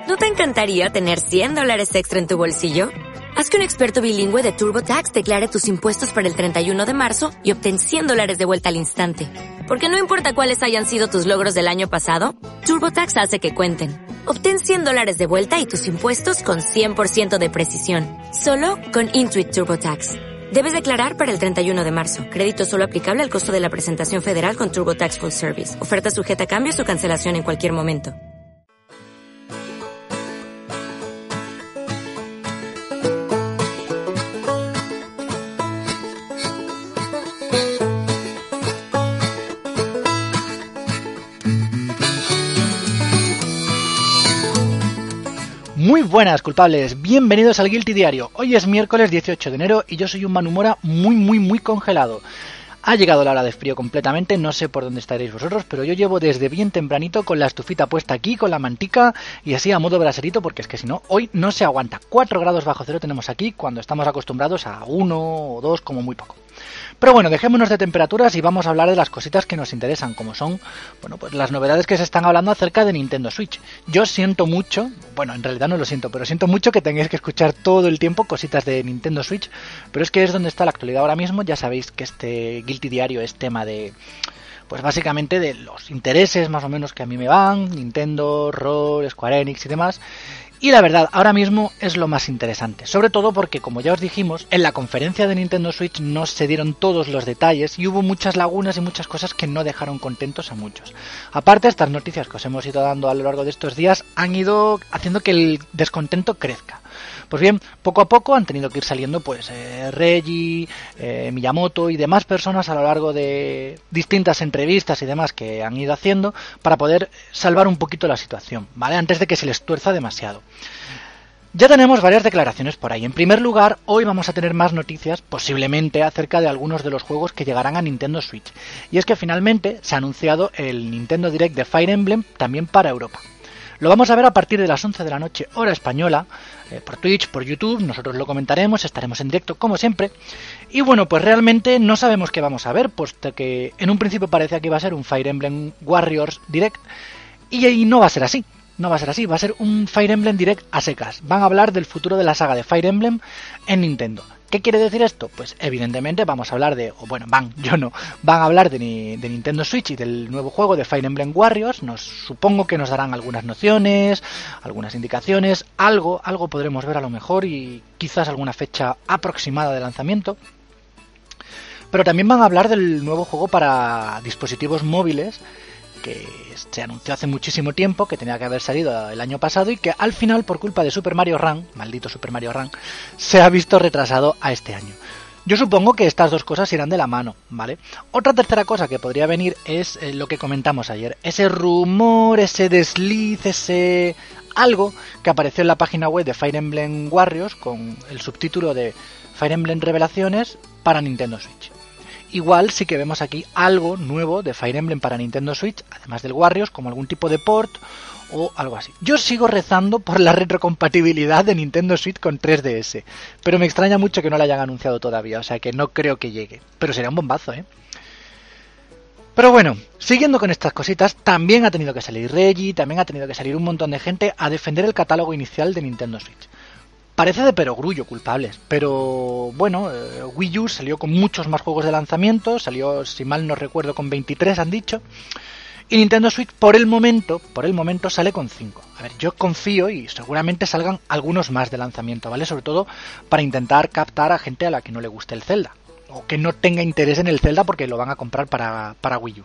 ¿No te encantaría tener $100 extra en tu bolsillo? Haz que un experto bilingüe de TurboTax declare tus impuestos para el 31 de marzo y obtén $100 de vuelta al instante. Porque no importa cuáles hayan sido tus logros del año pasado, TurboTax hace que cuenten. Obtén $100 de vuelta y tus impuestos con 100% de precisión. Solo con Intuit TurboTax. Debes declarar para el 31 de marzo. Crédito solo aplicable al costo de la presentación federal con TurboTax Full Service. Oferta sujeta a cambios o cancelación en cualquier momento. Muy buenas, culpables, bienvenidos al Guilty Diario. Hoy es miércoles 18 de enero y yo soy un Manumora muy congelado. Ha llegado la hora de frío completamente, no sé por dónde estaréis vosotros, pero yo llevo desde bien tempranito con la estufita puesta aquí, con la mantica y así a modo braserito, porque es que si no, hoy no se aguanta. 4 grados bajo cero tenemos aquí cuando estamos acostumbrados a 1 o 2 como muy poco. Pero bueno, dejémonos de temperaturas y vamos a hablar de las cositas que nos interesan, como son, bueno, pues las novedades que se están hablando acerca de Nintendo Switch. Yo siento mucho, bueno, en realidad no lo siento, pero siento mucho que tengáis que escuchar todo el tiempo cositas de Nintendo Switch, pero es que es donde está la actualidad ahora mismo. Ya sabéis que este Guilty Diario es tema de, pues básicamente de los intereses más o menos que a mí me van, Nintendo, Roll, Square Enix y demás. Y la verdad, ahora mismo es lo más interesante, sobre todo porque, como ya os dijimos, en la conferencia de Nintendo Switch no se dieron todos los detalles y hubo muchas lagunas y muchas cosas que no dejaron contentos a muchos. Aparte, estas noticias que os hemos ido dando a lo largo de estos días han ido haciendo que el descontento crezca. Pues bien, poco a poco han tenido que ir saliendo pues Reggie, Miyamoto y demás personas a lo largo de distintas entrevistas y demás que han ido haciendo para poder salvar un poquito la situación, ¿vale? Antes de que se les tuerza demasiado. Ya tenemos varias declaraciones por ahí. En primer lugar, hoy vamos a tener más noticias, posiblemente, acerca de algunos de los juegos que llegarán a Nintendo Switch. Y es que finalmente se ha anunciado el Nintendo Direct de Fire Emblem también para Europa. Lo vamos a ver a partir de las 11 de la noche, hora española, por Twitch, por YouTube, nosotros lo comentaremos, estaremos en directo como siempre. Y bueno, pues realmente no sabemos qué vamos a ver, puesto que en un principio parecía que iba a ser un Fire Emblem Warriors Direct, y no va a ser así. No va a ser así, va a ser un Fire Emblem Direct a secas. Van a hablar del futuro de la saga de Fire Emblem en Nintendo. ¿Qué quiere decir esto? Pues evidentemente vamos a hablar van a hablar de Nintendo Switch y del nuevo juego de Fire Emblem Warriors. Supongo que nos darán algunas nociones, algunas indicaciones, algo podremos ver a lo mejor y quizás alguna fecha aproximada de lanzamiento. Pero también van a hablar del nuevo juego para dispositivos móviles que se anunció hace muchísimo tiempo, que tenía que haber salido el año pasado y que al final, por culpa de Super Mario Run, maldito Super Mario Run, se ha visto retrasado a este año. Yo supongo que estas dos cosas irán de la mano, ¿vale? Otra tercera cosa que podría venir es lo que comentamos ayer, ese rumor, ese desliz, ese algo que apareció en la página web de Fire Emblem Warriors con el subtítulo de Fire Emblem Revelaciones para Nintendo Switch. Igual sí que vemos aquí algo nuevo de Fire Emblem para Nintendo Switch, además del Warriors, como algún tipo de port o algo así. Yo sigo rezando por la retrocompatibilidad de Nintendo Switch con 3DS, pero me extraña mucho que no la hayan anunciado todavía, o sea que no creo que llegue, pero sería un bombazo, ¿eh? Pero bueno, siguiendo con estas cositas, también ha tenido que salir Reggie, también ha tenido que salir un montón de gente a defender el catálogo inicial de Nintendo Switch. Parece de perogrullo, culpables, pero bueno, Wii U salió con muchos más juegos de lanzamiento, salió, si mal no recuerdo, con 23 han dicho, y Nintendo Switch por el momento sale con 5. A ver, yo confío y seguramente salgan algunos más de lanzamiento, ¿vale? Sobre todo para intentar captar a gente a la que no le guste el Zelda, o que no tenga interés en el Zelda porque lo van a comprar para Wii U.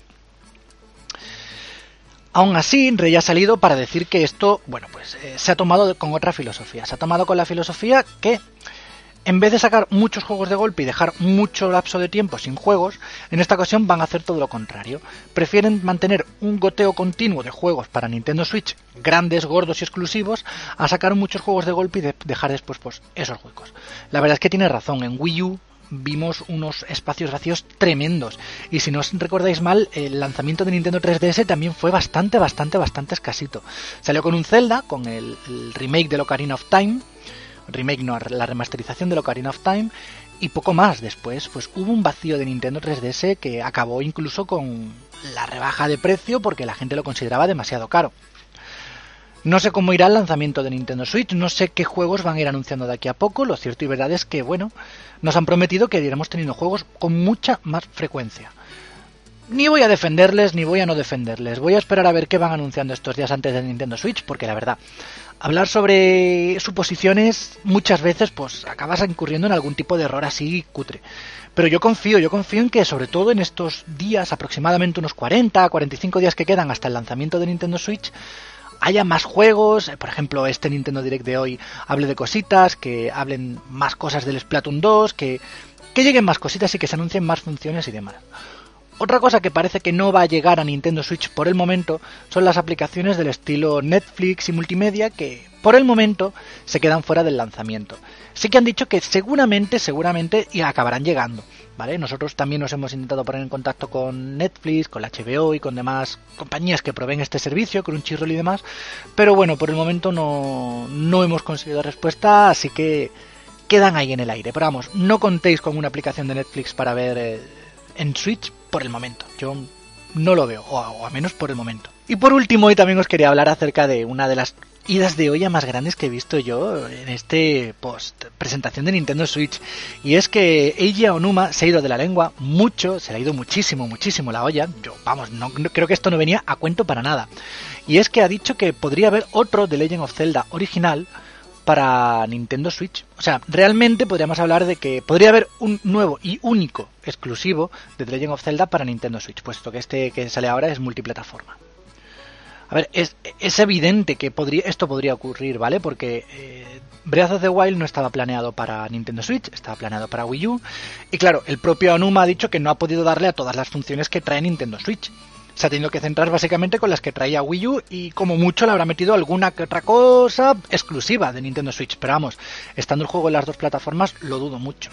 Aún así, Rey ha salido para decir que esto, bueno, pues se ha tomado con otra filosofía. Se ha tomado con la filosofía que, en vez de sacar muchos juegos de golpe y dejar mucho lapso de tiempo sin juegos, en esta ocasión van a hacer todo lo contrario. Prefieren mantener un goteo continuo de juegos para Nintendo Switch, grandes, gordos y exclusivos, a sacar muchos juegos de golpe y dejar después pues esos juegos. La verdad es que tiene razón, en Wii U vimos unos espacios vacíos tremendos y si no os recordáis mal, el lanzamiento de Nintendo 3DS también fue bastante escasito. Salió con un Zelda, con el remake de Ocarina of Time, la remasterización de Ocarina of Time, y poco más. Después pues hubo un vacío de Nintendo 3DS que acabó incluso con la rebaja de precio porque la gente lo consideraba demasiado caro. No sé cómo irá el lanzamiento de Nintendo Switch, no sé qué juegos van a ir anunciando de aquí a poco. Lo cierto y verdad es que, bueno, nos han prometido que iremos teniendo juegos con mucha más frecuencia. Ni voy a defenderles, ni voy a no defenderles. Voy a esperar a ver qué van anunciando estos días antes de Nintendo Switch, porque la verdad, hablar sobre suposiciones muchas veces pues acabas incurriendo en algún tipo de error así cutre. Pero yo confío en que sobre todo en estos días, aproximadamente unos 45 días que quedan hasta el lanzamiento de Nintendo Switch, haya más juegos, por ejemplo este Nintendo Direct de hoy hable de cositas, que hablen más cosas del Splatoon 2, que lleguen más cositas y que se anuncien más funciones y demás. Otra cosa que parece que no va a llegar a Nintendo Switch por el momento son las aplicaciones del estilo Netflix y multimedia que por el momento se quedan fuera del lanzamiento. Sí que han dicho que seguramente y acabarán llegando, ¿vale? Nosotros también nos hemos intentado poner en contacto con Netflix, con la HBO y con demás compañías que proveen este servicio, Crunchyroll y demás, pero bueno, por el momento no hemos conseguido respuesta, así que quedan ahí en el aire. Pero vamos, no contéis con una aplicación de Netflix para ver en Switch por el momento. Yo no lo veo, o a menos por el momento. Y por último, hoy también os quería hablar acerca de una de las idas de olla más grandes que he visto yo en este post presentación de Nintendo Switch, y es que Eiji Aonuma se ha ido de la lengua mucho, se le ha ido muchísimo la olla. Yo, vamos, no creo que esto no venía a cuento para nada, y es que ha dicho que podría haber otro The Legend of Zelda original para Nintendo Switch. O sea, realmente podríamos hablar de que podría haber un nuevo y único exclusivo de The Legend of Zelda para Nintendo Switch, puesto que este que sale ahora es multiplataforma. A ver, es evidente que esto podría ocurrir, ¿vale? Porque Breath of the Wild no estaba planeado para Nintendo Switch, estaba planeado para Wii U. Y claro, el propio Aonuma ha dicho que no ha podido darle a todas las funciones que trae Nintendo Switch. Se ha tenido que centrar básicamente con las que traía Wii U y como mucho le habrá metido alguna que otra cosa exclusiva de Nintendo Switch. Pero vamos, estando el juego en las dos plataformas, lo dudo mucho.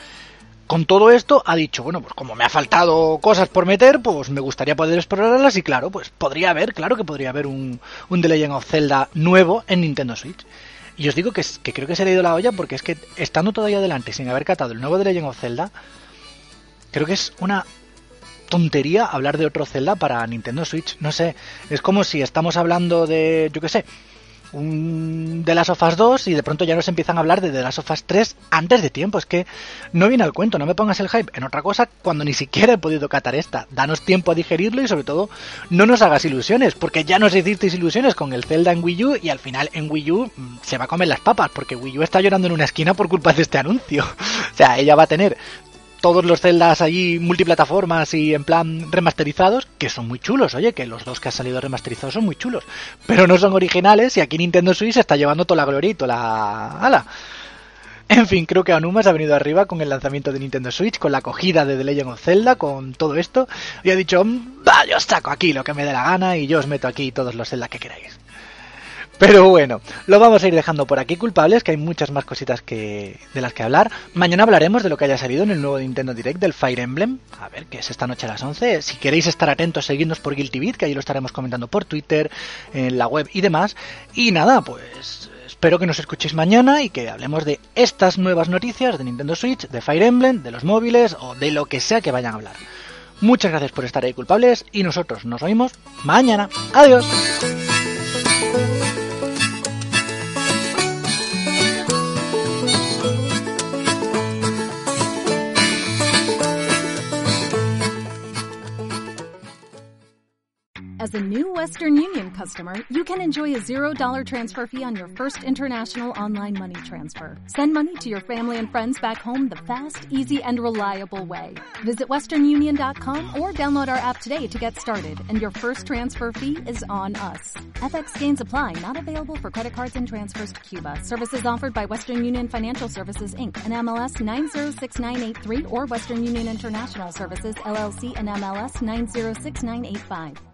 Con todo esto ha dicho, bueno, pues como me ha faltado cosas por meter, pues me gustaría poder explorarlas y claro, pues claro que podría haber un The Legend of Zelda nuevo en Nintendo Switch. Y os digo que creo que se le ha ido la olla porque es que estando todavía adelante sin haber catado el nuevo The Legend of Zelda, creo que es una tontería hablar de otro Zelda para Nintendo Switch. No sé, es como si estamos hablando de, yo qué sé, un The Last of Us 2 y de pronto ya nos empiezan a hablar de The Last of Us 3 antes de tiempo. Es que no viene al cuento, no me pongas el hype en otra cosa cuando ni siquiera he podido catar esta. Danos tiempo a digerirlo y sobre todo no nos hagas ilusiones, porque ya nos hicisteis ilusiones con el Zelda en Wii U y al final en Wii U se va a comer las papas, porque Wii U está llorando en una esquina por culpa de este anuncio. O sea, ella va a tener todos los Zeldas allí multiplataformas y en plan remasterizados, que son muy chulos, oye, que los dos que han salido remasterizados son muy chulos, pero no son originales y aquí Nintendo Switch se está llevando toda la gloria y toda la... ¡Hala! En fin, creo que Aonuma se ha venido arriba con el lanzamiento de Nintendo Switch, con la acogida de The Legend of Zelda, con todo esto, y ha dicho, va, yo os saco aquí lo que me dé la gana y yo os meto aquí todos los Zelda que queráis. Pero bueno, lo vamos a ir dejando por aquí, culpables, que hay muchas más cositas de las que hablar. Mañana hablaremos de lo que haya salido en el nuevo Nintendo Direct del Fire Emblem, a ver, que es esta noche a las 11. Si queréis estar atentos, seguidnos por Guilty Beat, que ahí lo estaremos comentando por Twitter, en la web y demás. Y nada, pues espero que nos escuchéis mañana y que hablemos de estas nuevas noticias de Nintendo Switch, de Fire Emblem, de los móviles o de lo que sea que vayan a hablar. Muchas gracias por estar ahí, culpables, y nosotros nos oímos mañana. ¡Adiós! As a new Western Union customer, you can enjoy a $0 transfer fee on your first international online money transfer. Send money to your family and friends back home the fast, easy, and reliable way. Visit westernunion.com or download our app today to get started, and your first transfer fee is on us. FX gains apply, not available for credit cards and transfers to Cuba. Services offered by Western Union Financial Services, Inc., and MLS 906983, or Western Union International Services, LLC, and MLS 906985.